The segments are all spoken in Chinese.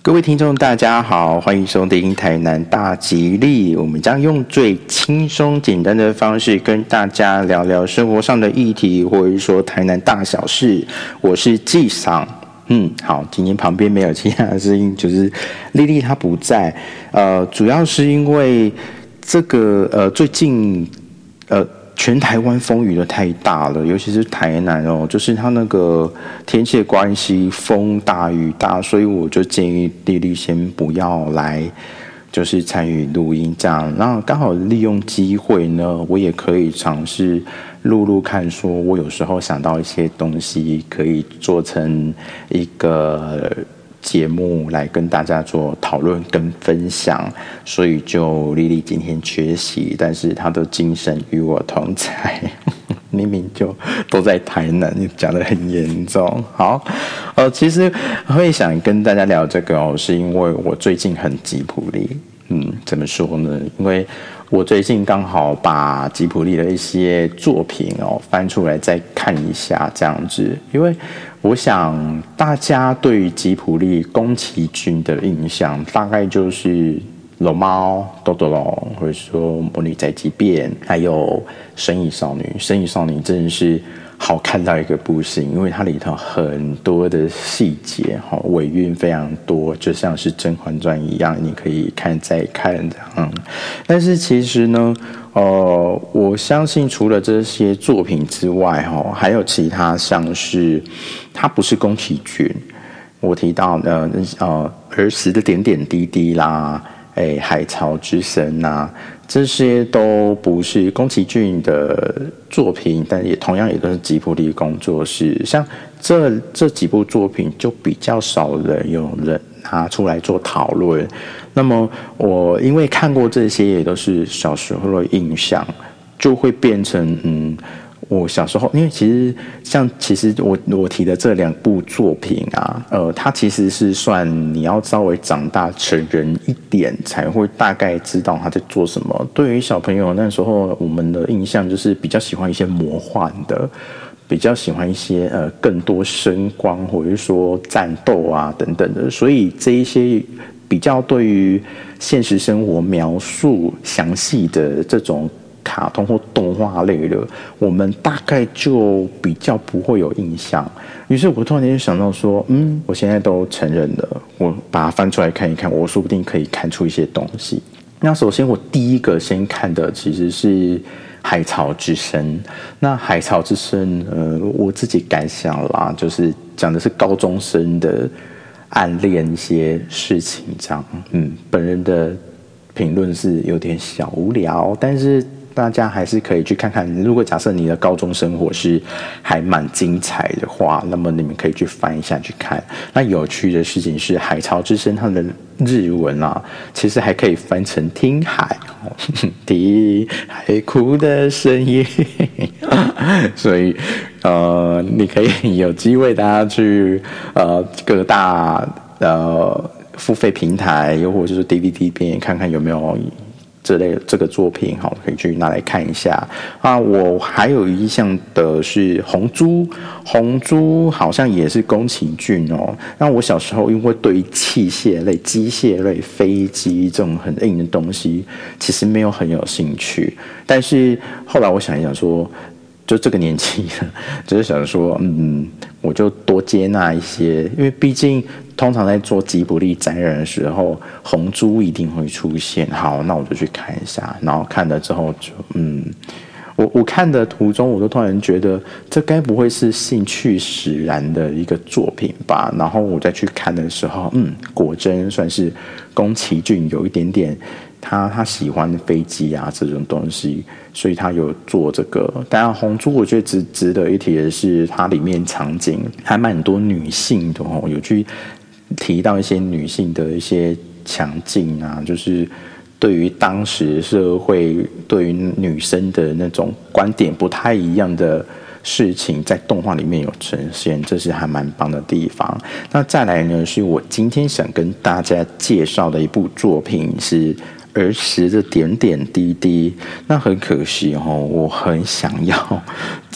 各位听众大家好，欢迎收听台南大吉利，我们将用最轻松简单的方式跟大家聊聊生活上的议题，或者是说台南大小事。我是纪赏。好，今天旁边没有其他的声音，就是丽丽她不在，主要是因为这个最近全台湾风雨的太大了，尤其是台南哦，就是它那个天气的关系，风大雨大，所以我就建议丽丽先不要来，就是参与录音这样。那刚好利用机会呢，我也可以尝试录看，说我有时候想到一些东西，可以做成一个节目来跟大家做讨论跟分享，所以就丽丽今天缺席，但是她的精神与我同在，明明就都在台南，讲得很严重。好，其实会想跟大家聊这个是因为我最近很吉普力。怎么说呢？因为我最近刚好把吉普力的一些作品翻出来再看一下，这样子，因为我想大家对于吉普力宫崎骏的印象大概就是龙猫、豆豆龙，或者说魔女宅急便，还有神隐少女。神隐少女真的是好看到一个不行，因为它里头很多的细节，尾韵非常多，就像是《甄嬛传》一样，你可以看再看这样。但是其实呢，我相信除了这些作品之外，还有其他像是它不是宫崎骏，我提到儿时的点点滴滴啦。海潮之声啊，这些都不是宫崎骏的作品，但也同样也都是吉卜力工作室。像这几部作品就比较少有人拿出来做讨论。那么我因为看过这些，也都是小时候的印象，就会变成我小时候，因为其实我提的这两部作品啊，它其实是算你要稍微长大成人一点才会大概知道他在做什么。对于小朋友那时候，我们的印象就是比较喜欢一些魔幻的，比较喜欢一些更多声光或者是说战斗啊等等的，所以这一些比较对于现实生活描述详细的这种卡通或动画类的，我们大概就比较不会有印象。于是我突然间想到说，我现在都成人了，我把它翻出来看一看，我说不定可以看出一些东西。那首先我第一个先看的其实是海潮之声。那海潮之声我自己感想啦，就是讲的是高中生的暗恋一些事情这样。本人的评论是有点小无聊，但是大家还是可以去看看。如果假设你的高中生活是还蛮精彩的话，那么你们可以去翻一下去看。那有趣的事情是，海潮之声它的日文啊，其实还可以翻成听海，听海哭的声音。所以你可以有机会大家去各大付费平台，又或者是 DVD 边看看有没有这个作品，可以去拿来看一下啊。我还有印象的是红猪，红猪好像也是宫崎骏哦。那我小时候因为对于器械类、机械类、飞机这种很硬的东西，其实没有很有兴趣。但是后来我想一想说，就这个年纪了，就是想说，我就多接纳一些，因为毕竟通常在做吉卜力展览的时候，红猪一定会出现。好，那我就去看一下，然后看了之后就，我看的途中，我就突然觉得这该不会是兴趣使然的一个作品吧？然后我再去看的时候，果真算是宫崎骏有一点点。他喜欢飞机啊这种东西，所以他有做这个。当然，红猪我觉得值得一提的是，它里面场景还蛮多女性的有去提到一些女性的一些强劲啊，就是对于当时社会对于女生的那种观点不太一样的事情，在动画里面有呈现，这是还蛮棒的地方。那再来呢，是我今天想跟大家介绍的一部作品是儿时的点点滴滴。那很可惜我很想要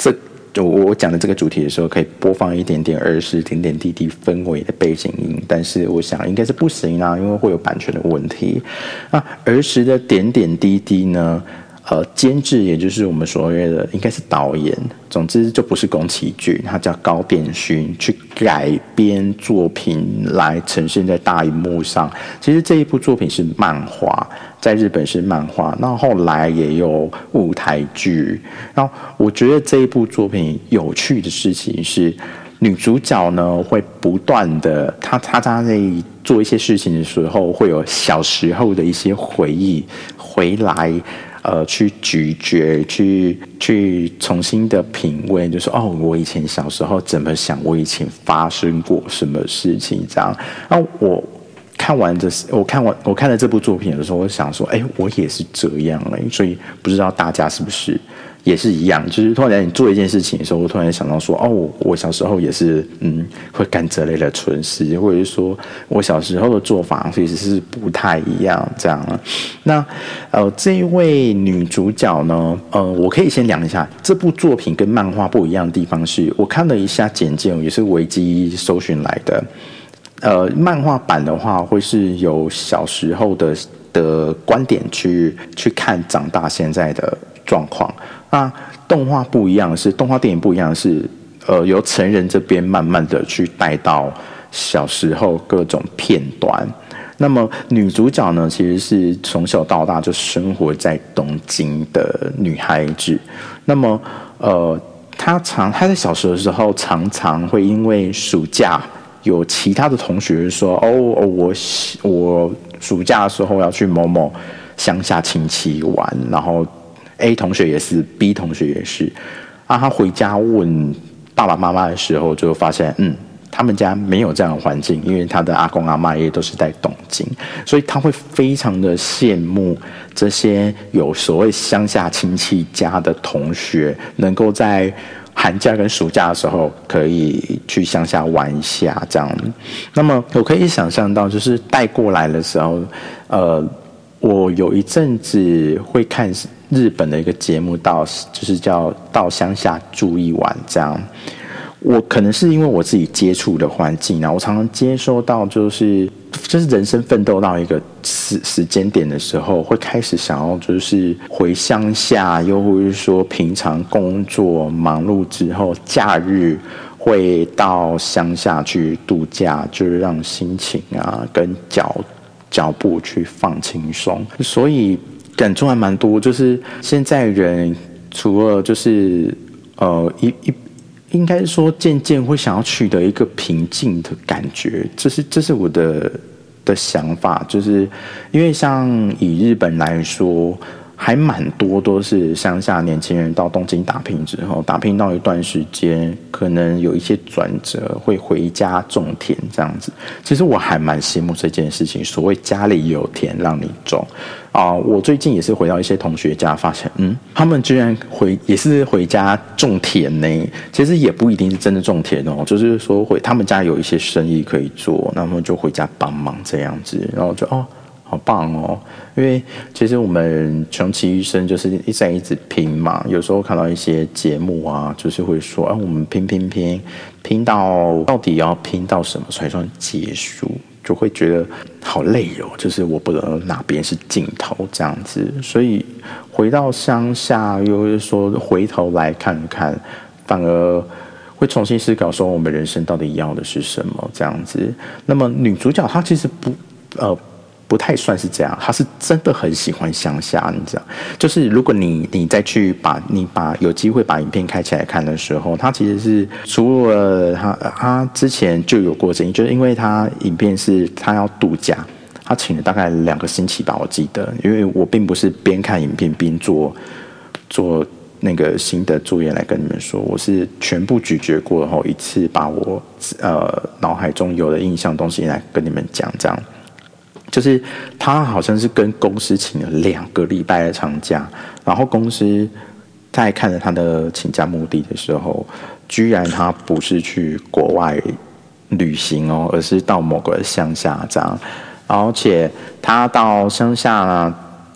我讲的这个主题的时候，可以播放一点点儿时点点滴滴氛围的背景音，但是我想应该是不行啦，因为会有版权的问题。那儿时的点点滴滴呢？监制也就是我们所谓的应该是导演，总之就不是宫崎骏，他叫高畑勋去改编作品来呈现在大荧幕上。其实这一部作品是漫画，在日本是漫画，那后来也有舞台剧。然后我觉得这一部作品有趣的事情是，女主角呢会不断的，她在做一些事情的时候，会有小时候的一些回忆回来。去咀嚼，去重新的品味，就是我以前小时候怎么想，我以前发生过什么事情这样。然后我看了这部作品的时候，我想说，我也是这样所以不知道大家是不是也是一样，就是突然你做一件事情的时候，我突然想到说，我小时候也是会干这类的蠢事，或者是说我小时候的做法其实是不太一样这样。那这一位女主角呢，我可以先聊一下这部作品跟漫画不一样的地方是，我看了一下简介，也是维基搜寻来的。漫画版的话，会是有小时候的观点去看长大现在的状况。那动画不一样是，动画电影不一样是，由成人这边慢慢的去带到小时候各种片段。那么女主角呢，其实是从小到大就生活在东京的女孩子。那么她在小时候的时候，常常会因为暑假有其他的同学说，我暑假的时候要去某某乡下亲戚玩，然后 A 同学也是 ，B 同学也是。他回家问爸爸妈妈的时候，就发现，他们家没有这样的环境，因为他的阿公阿嬷也都是在东京，所以他会非常的羡慕这些有所谓乡下亲戚家的同学，能够在寒假跟暑假的时候可以去乡下玩一下这样。那么我可以想象到，就是带过来的时候，我有一阵子会看日本的一个节目，就是叫到乡下住一晚这样。我可能是因为我自己接触的环境我常常接收到就是人生奋斗到一个时间点的时候，会开始想要就是回乡下，又或是说平常工作忙碌之后，假日会到乡下去度假，就是让心情跟脚步去放轻松。所以感触还蛮多，就是现在人除了就是应该说渐渐会想要取得一个平静的感觉，这是我的想法，就是因为像以日本来说，还蛮多都是乡下年轻人到东京打拼之后，打拼到一段时间，可能有一些转折，会回家种田这样子。其实我还蛮羡慕这件事情，所谓家里有田让你种我最近也是回到一些同学家，发现他们居然也是回家种田呢。其实也不一定是真的种田就是说他们家有一些生意可以做，那么就回家帮忙这样子，然后就好棒因为其实我们穷其一生就是一直拼嘛，有时候看到一些节目就是会说我们拼到底要拼到什么才算结束，就会觉得好累就是我不知道哪边是尽头这样子。所以回到乡下，又是说回头来看看，反而会重新思考说我们人生到底要的是什么这样子。那么女主角她其实不太算是这样，她是真的很喜欢乡下，你知道，就是如果你再去有机会把影片开起来看的时候，她其实是除了她之前就有过争议，就是因为她影片是她要度假，她请了大概2个星期吧，我记得，因为我并不是边看影片边做那个新的作业来跟你们说，我是全部咀嚼过后一次把我脑海中有的印象东西来跟你们讲这样。就是他好像是跟公司请了2个礼拜的长假，然后公司在看了他的请假目的的时候，居然他不是去国外旅行而是到某个乡下这样，而且他到乡下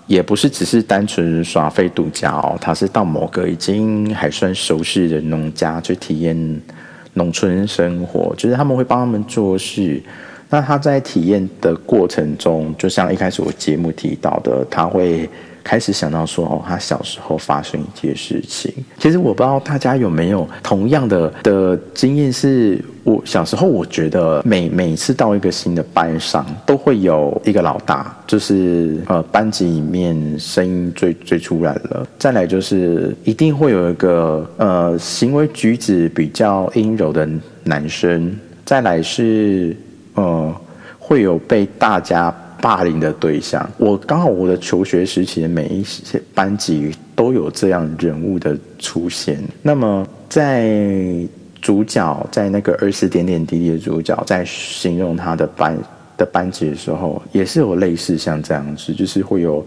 也不是只是单纯耍废度假哦，他是到某个已经还算熟识的农家去体验农村生活，就是他们会帮他们做事。那他在体验的过程中，就像一开始我节目提到的，他会开始想到说，他小时候发生一件事情。其实我不知道大家有没有同样的经验，是我小时候我觉得每次到一个新的班上，都会有一个老大，就是班级里面声音最出来了。再来就是一定会有一个行为举止比较阴柔的男生。再来是会有被大家霸凌的对象。刚好我的求学时期的每一些班级都有这样人物的出现。那么在主角在那个20点点滴滴的主角在形容他的班级的时候，也是有类似像这样子，就是会有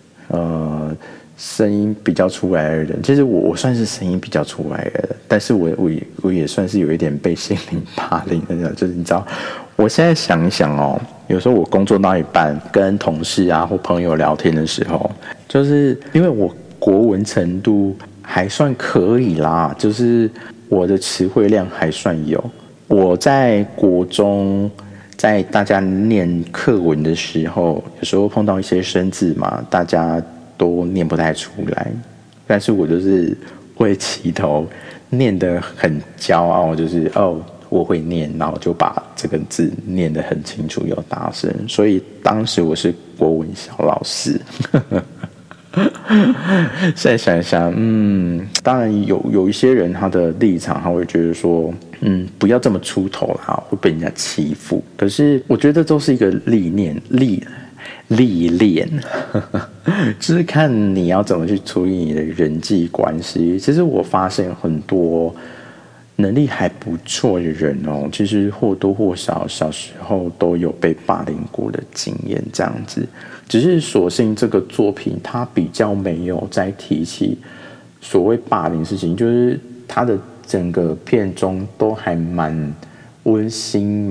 声音比较出来的人。其实我算是声音比较出来的，但是我也算是有一点被心灵霸凌的，就是你知道，我现在想一想哦，有时候我工作到一半，跟同事啊或朋友聊天的时候，就是因为我国文程度还算可以啦，就是我的词汇量还算有。我在国中，在大家念课文的时候，有时候碰到一些生字嘛，大家都念不太出来，但是我就是会起头念得很骄傲，就是我会念，然后就把这个字念得很清楚又大声，所以当时我是国文小老师。现在想一想，当然有一些人他的立场，他会觉得说，不要这么出头啦，会被人家欺负。可是我觉得都是一个历练，就是看你要怎么去处理你的人际关系。其实我发现很多能力还不错的人哦，其实或多或少小时候都有被霸凌过的经验，这样子。只是所幸这个作品它比较没有再提起所谓霸凌事情，就是它的整个片中都还蛮温馨，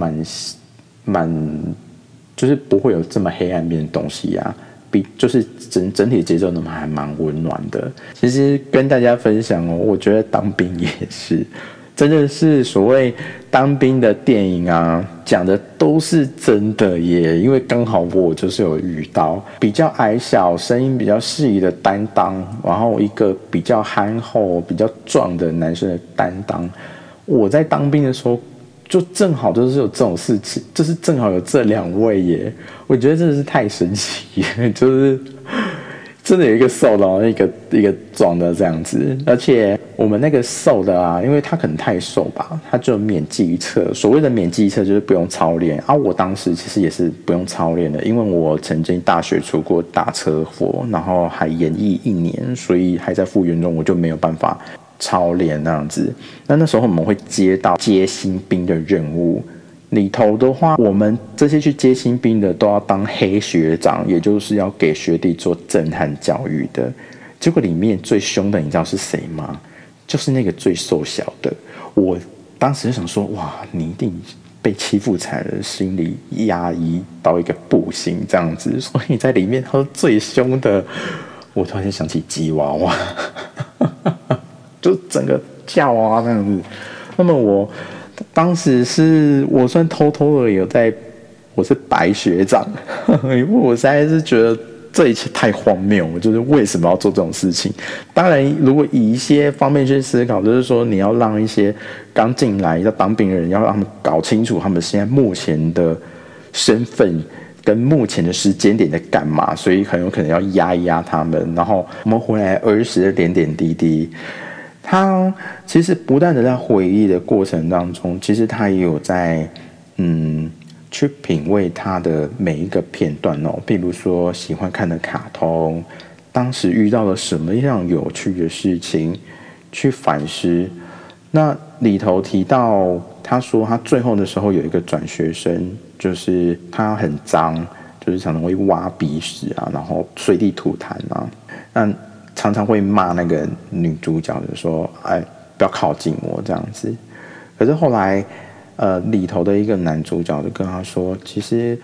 就是不会有这么黑暗面的东西啊。就是整体节奏呢还蛮温暖的。其实跟大家分享哦，我觉得当兵也是。真的是所谓当兵的电影啊，讲的都是真的耶。因为刚好我就是有遇到比较矮小、声音比较细的担当，然后一个比较憨厚、比较壮的男生的担当。我在当兵的时候，就正好就是有这种事情，就是正好有这2位耶。我觉得真的是太神奇耶，就是真的有一个瘦的，然后一个壮的这样子。而且我们那个瘦的啊，因为他可能太瘦吧，他就免技测。所谓的免技测就是不用操练啊。我当时其实也是不用操练的，因为我曾经大学出过大车祸，然后还延役1年，所以还在复原中，我就没有办法操练那样子。那时候我们会接到接新兵的任务。里头的话，我们这些去接新兵的都要当黑学长，也就是要给学弟做震撼教育的。结果里面最凶的，你知道是谁吗？就是那个最瘦小的。我当时就想说，哇，你一定被欺负惨了，心里压抑到一个不行这样子。所以在里面他是最凶的。我突然间想起吉娃娃，就整个叫啊那样子。那么我当时我算偷偷的我是白学长，因为我实在是觉得这一切太荒谬了，就是为什么要做这种事情？当然，如果以一些方面去思考，就是说你要让一些刚进来要当兵的人，要让他们搞清楚他们现在目前的身份跟目前的时间点在干嘛，所以很有可能要压一压他们。然后我们回来20的点点滴滴。他其实不断的在回忆的过程当中，其实他也有在去品味他的每一个片段哦，比如说喜欢看的卡通，当时遇到了什么样有趣的事情，去反思。那里头提到，他说他最后的时候有一个转学生，就是他很脏，就是常常会挖鼻屎啊，然后随地吐痰啊，那常常会骂那个女主角，就说：“哎，不要靠近我这样子。”可是后来，里头的一个男主角就跟他说：“其实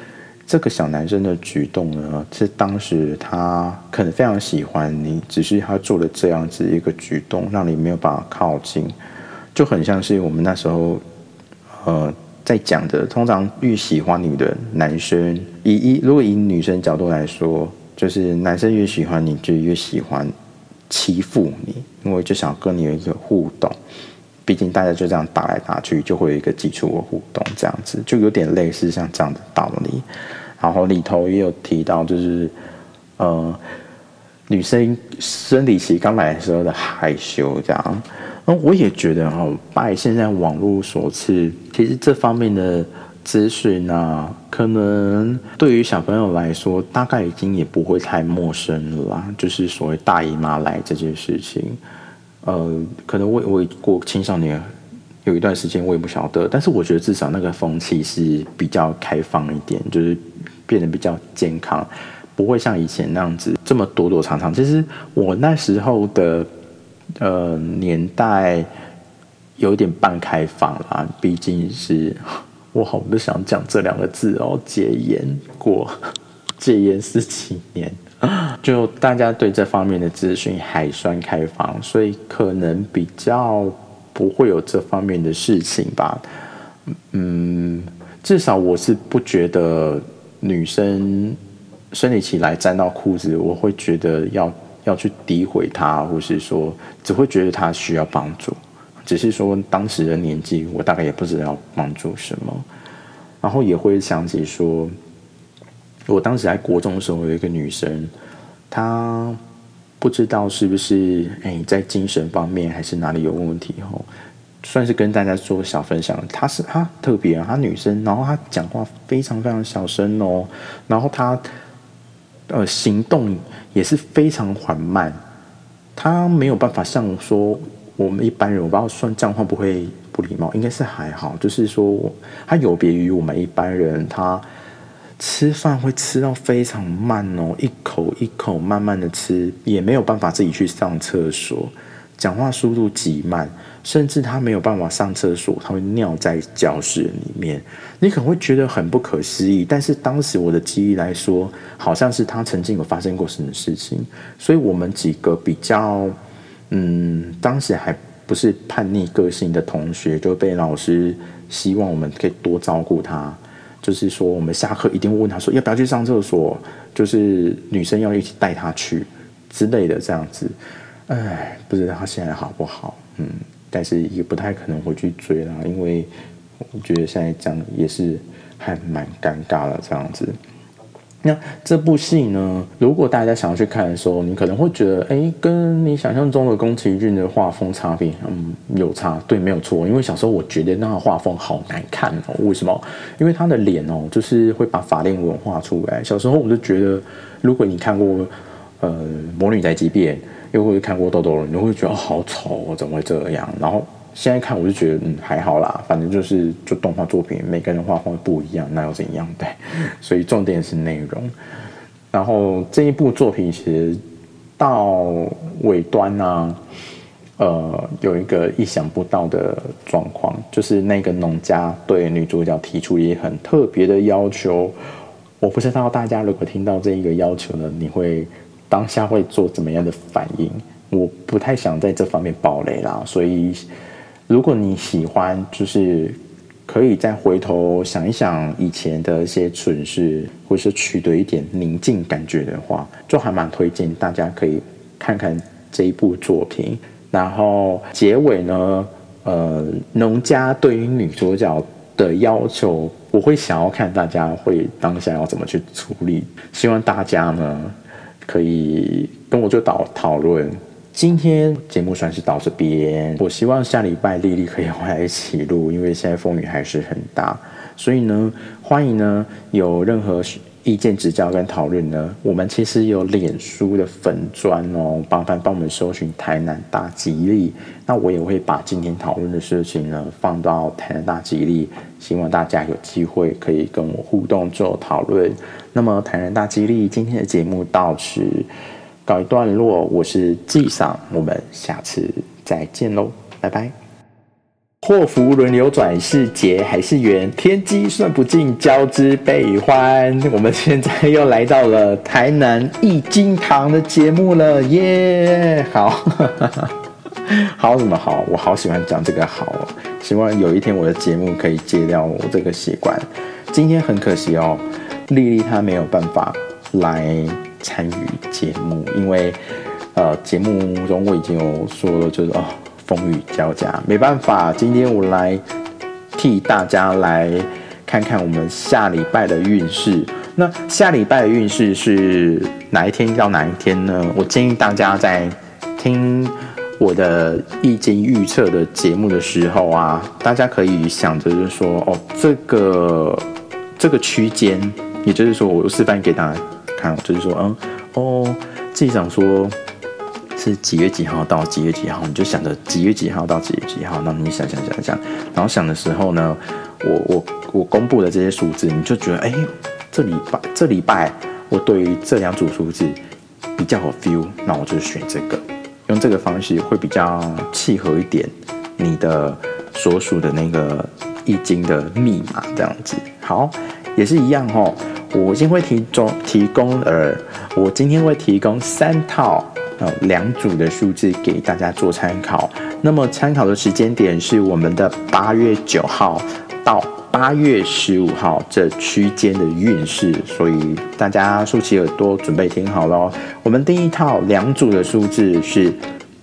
这个小男生的举动呢，是当时他可能非常喜欢你，只是他做了这样子一个举动，让你没有办法靠近，就很像是我们那时候在讲的，通常越喜欢你的男生，如果以女生角度来说，就是男生越喜欢你，就越喜欢欺负你，因为就想跟你有一个互动。毕竟大家就这样打来打去，就会有一个基础的互动，这样子就有点类似像这样的道理。然后里头也有提到，就是女生生理期刚来的时候的害羞这样。我也觉得拜现在网络所赐，其实这方面的资讯啊，可能对于小朋友来说，大概已经也不会太陌生了啦。就是所谓大姨妈来这件事情，可能我过青少年有一段时间我也不晓得，但是我觉得至少那个风气是比较开放一点，就是变得比较健康，不会像以前那样子这么躲躲藏藏。其实我那时候的年代有点半开放啦，毕竟是我好不想讲这两个字戒严过，戒严是几年，就大家对这方面的资讯还算开放，所以可能比较不会有这方面的事情吧。至少我是不觉得女生生理期来沾到裤子，我会觉得要去诋毁她，或是说只会觉得她需要帮助，只是说当时的年纪我大概也不知道要帮助什么。然后也会想起说，我当时在国中的时候有一个女生，她不知道是不是在精神方面还是哪里有问题算是跟大家做小分享。她特别她女生，然后她讲话非常非常小声然后她行动也是非常缓慢，她没有办法像说我们一般人，我不知道算这样会不会不礼貌，应该是还好，就是说她有别于我们一般人，她吃饭会吃到非常慢一口一口慢慢的吃，也没有办法自己去上厕所，讲话速度极慢，甚至他没有办法上厕所，他会尿在教室里面。你可能会觉得很不可思议，但是当时我的记忆来说，好像是他曾经有发生过什么事情，所以我们几个比较当时还不是叛逆个性的同学，就被老师希望我们可以多照顾他，就是说我们下课一定会问他说要不要去上厕所，就是女生要一起带他去之类的这样子。不知道他现在好不好，但是也不太可能回去追啦，因为我觉得现在这样也是还蛮尴尬的这样子。那这部戏呢，如果大家想要去看的时候，你可能会觉得跟你想象中的宫崎骏的画风差别有差，对，没有错。因为小时候我觉得那个画风好难看为什么？因为他的脸就是会把法令纹画出来。小时候我就觉得，如果你看过魔女宅急便，又或者看过豆豆人，你会觉得好丑怎么会这样？然后现在看我就觉得还好啦，反正就动画作品，每个人画风不一样，那又怎样？对，所以重点是内容。然后这一部作品其实到尾端啊，有一个意想不到的状况，就是那个农家对女主角提出一个很特别的要求。我不知道大家如果听到这一个要求呢，你会当下会做怎么样的反应？我不太想在这方面爆雷啦，所以如果你喜欢，就是可以再回头想一想以前的一些蠢事，或是取得一点宁静感觉的话，就还蛮推荐大家可以看看这一部作品。然后结尾呢，农家对于女主角的要求，我会想要看大家会当下要怎么去处理。希望大家呢可以跟我就讨论。今天节目算是到这边，我希望下礼拜丽丽可以回来一起录，因为现在风雨还是很大，所以呢，欢迎呢有任何意见指教跟讨论呢，我们其实有脸书的粉专帮我们搜寻台南大吉利，那我也会把今天讨论的事情呢放到台南大吉利，希望大家有机会可以跟我互动做讨论。那么台南大吉利今天的节目到此告一段落，我是纪赏，我们下次再见喽，拜拜。 祸福轮流转，是劫还是缘？天机算不尽，交织悲与欢。我们现在又来到了台南易经堂的节目了，耶！好，好什么好？我好喜欢讲这个好哦。希望有一天我的节目可以戒掉我这个习惯。今天很可惜哦，丽丽她没有办法来参与节目，因为节目中我已经有说了，就是风雨交加，没办法，今天我来替大家来看看我们下礼拜的运势。那下礼拜的运势是哪一天到哪一天呢？我建议大家在听我的易经预测的节目的时候啊，大家可以想着就是说，这个区间，也就是说，我示范给大家看，就是说，自己想说。是几月几号到几月几号，你就想着几月几号到几月几号，那你想，然后想的时候呢，我公布的这些数字，你就觉得，这礼拜我对于这两组数字比较有 feel， 那我就选这个，用这个方式会比较契合一点你的所属的那个易经的密码这样子。好，也是一样哦，我今天会提供3套。2组的数字给大家做参考，那么参考的时间点是我们的8月9号到8月15号这区间的运势，所以大家竖起耳朵准备听好咯。我们第一套2组的数字是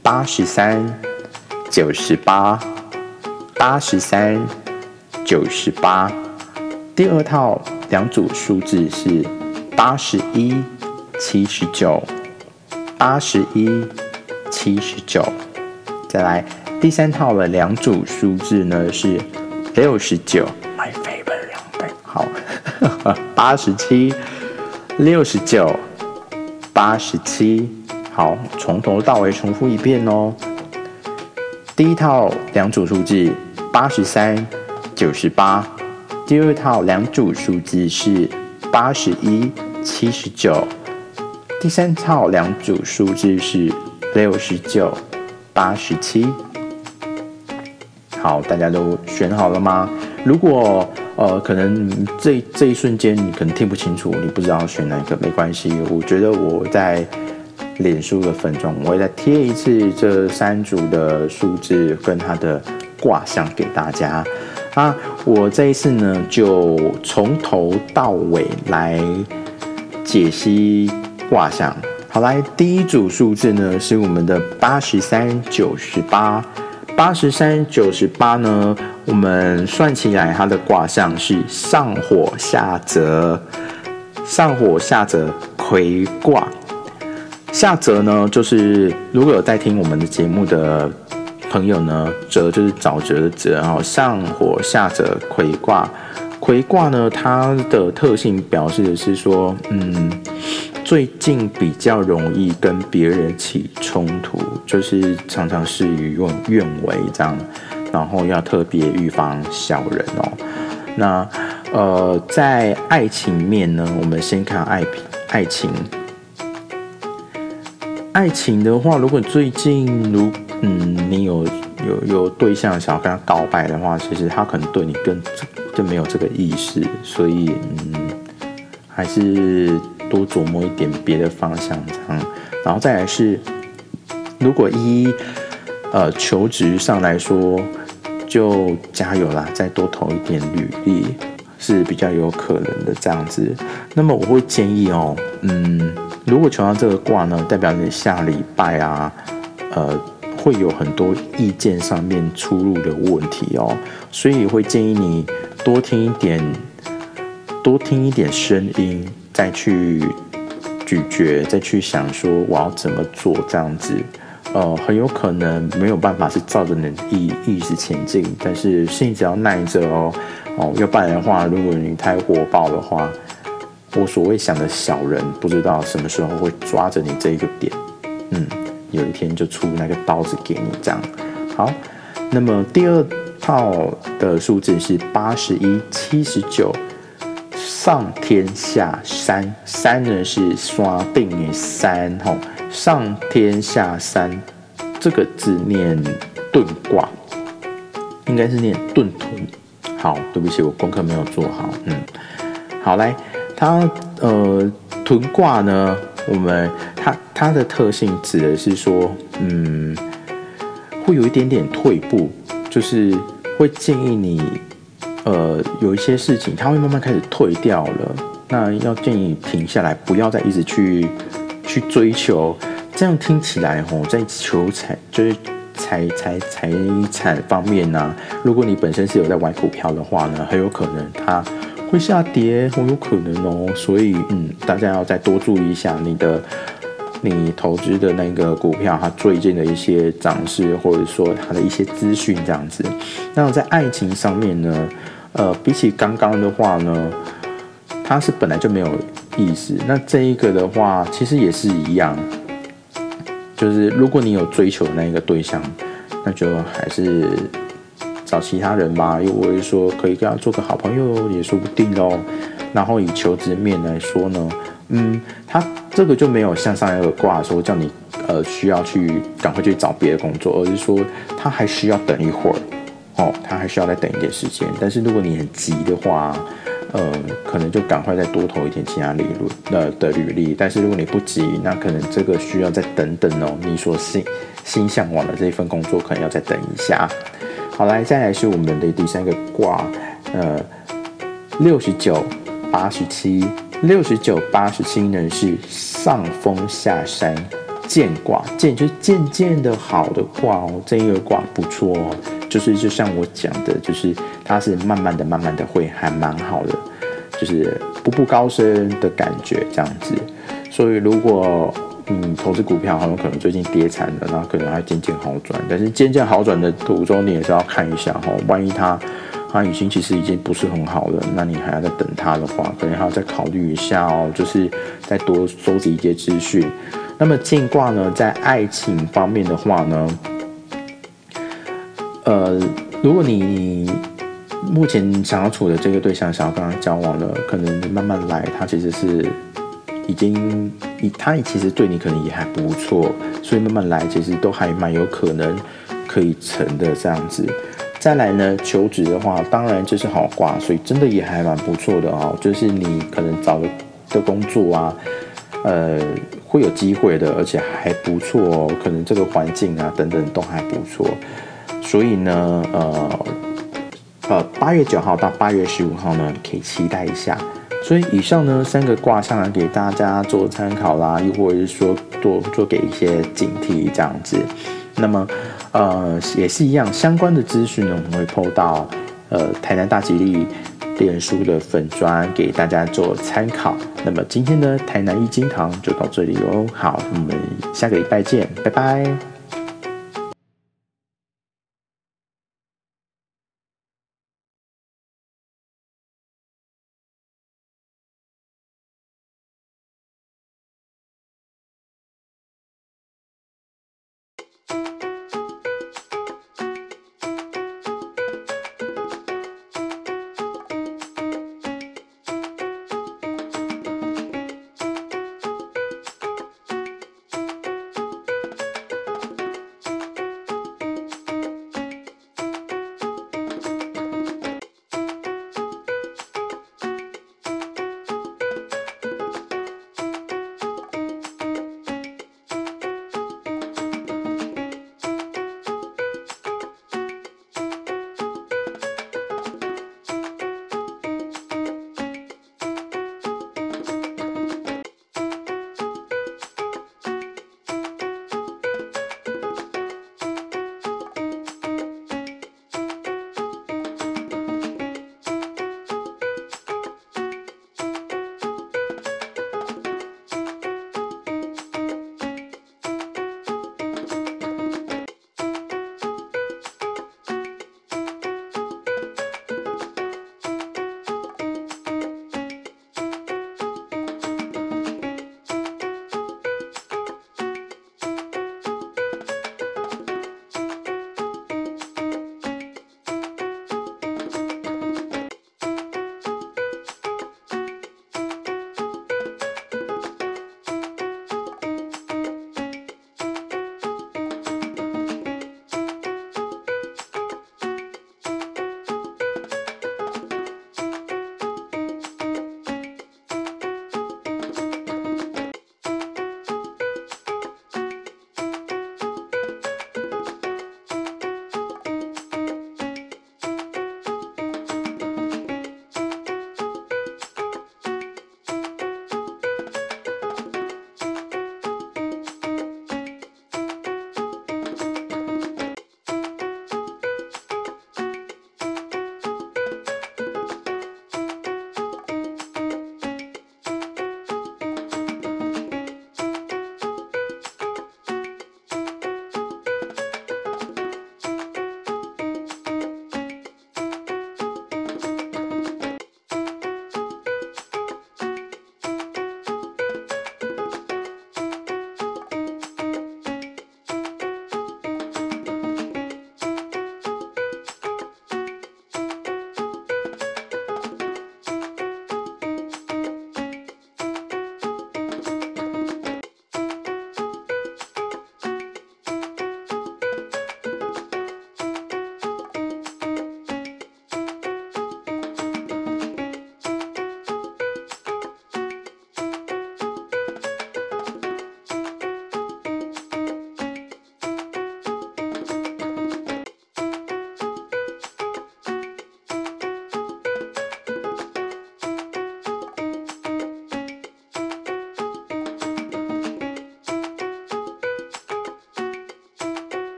83、98、83、98，第二套2组数字是81、79。81、79，再来第3套的2组数字呢是69 ，my favorite 2倍，好，87、69、87，好，从头到尾重复一遍哦。第一套2组数字83、98，第二套2组数字是81、79。第3套2组数字是69、87。好，大家都选好了吗？如果可能这一瞬间你可能听不清楚，你不知道选哪个，没关系。我觉得我在脸书的粉专，我会再贴一次这3组的数字跟它的卦象给大家。我这一次呢，就从头到尾来解析卦象。好，来，第一组数字呢是我们的83、98。83、98呢，我们算起来它的卦象是上火下泽，上火下泽魁卦。下泽呢，就是如果有在听我们的节目的朋友呢，泽就是沼泽的泽，然后上火下泽魁卦。魁卦呢，它的特性表示的是说，最近比较容易跟别人起冲突，就是常常事与愿违这样，然后要特别预防小人哦。那在爱情面呢，我们先看爱情。爱情的话，如果最近你有对象想要跟他告白的话，其实他可能对你更没有这个意识，所以还是多琢磨一点别的方向这样。然后再来是，如果求职上来说，就加油啦，再多投一点履历是比较有可能的这样子。那么我会建议如果求到这个卦呢，代表你下礼拜会有很多意见上面出入的问题哦，所以会建议你多听一点声音，再去咀嚼，再去想说我要怎么做这样子。很有可能没有办法是照着你的意识前进，但是心里只要耐着哦，要不然的话，如果你太火爆的话，我所谓想的小人，不知道什么时候会抓着你这一个点，有一天就出那个刀子给你这样。好，那么第二套的数字是81、79，上天下山，山呢是山顶的山吼，上天下山这个字念遁卦。 应该是念遁屯。好，对不起，我功课没有做好。好，来，它屯卦呢，它的特性指的是说，会有一点点退步，就是会建议你，有一些事情它会慢慢开始退掉了，那要建议你停下来，不要再一直去追求。这样听起来在求财就是财产方面呢，如果你本身是有在玩股票的话呢，很有可能它会下跌，很有可能哦。所以大家要再多注意一下你投资的那个股票，它最近的一些涨势，或者说它的一些资讯这样子。那在爱情上面呢，比起刚刚的话呢，它是本来就没有意思。那这一个的话，其实也是一样。就是如果你有追求的那一个对象，那就还是找其他人吧，又或者说可以跟他做个好朋友也说不定咯。然后以求职面来说呢，他这个就没有像上一个卦说叫你需要去赶快去找别的工作，而是说他还需要等一会儿他还需要再等一点时间。但是如果你很急的话，可能就赶快再多投一点其他的履历。但是如果你不急，那可能这个需要再等等哦。你所心向往的这一份工作，可能要再等一下。好，来，再来是我们的第三个卦，69、87。69、87呢是上风下山渐卦，渐就是渐渐的好的卦哦。这一个卦不错哦。就像我讲的，就是它是慢慢的会还蛮好的，就是步步高升的感觉这样子。所以如果你投资股票，很有可能最近跌惨了，那可能还渐渐好转。但是渐渐好转的途中，你也是要看一下万一它其实已经不是很好了，那你还要再等它的话，可能还要再考虑一下哦，就是再多收集一些资讯。那么渐卦呢，在爱情方面的话呢，如果你目前想要处的这个对象想要跟他交往了，可能你慢慢来，他其实是他其实对你可能也还不错，所以慢慢来其实都还蛮有可能可以成的这样子。再来呢，求职的话，当然这是好卦，所以真的也还蛮不错的哦。就是你可能找的工作啊，会有机会的，而且还不错哦。可能这个环境啊等等都还不错。所以呢，8月9号到8月15号呢，可以期待一下。所以以上呢3个卦象来给大家做参考啦，又或者是说做给一些警惕这样子。那么也是一样，相关的资讯呢，我们会 po 到台南大吉利脸书的粉专给大家做参考。那么今天的台南一金堂就到这里哦。好，我们下个礼拜见，拜拜。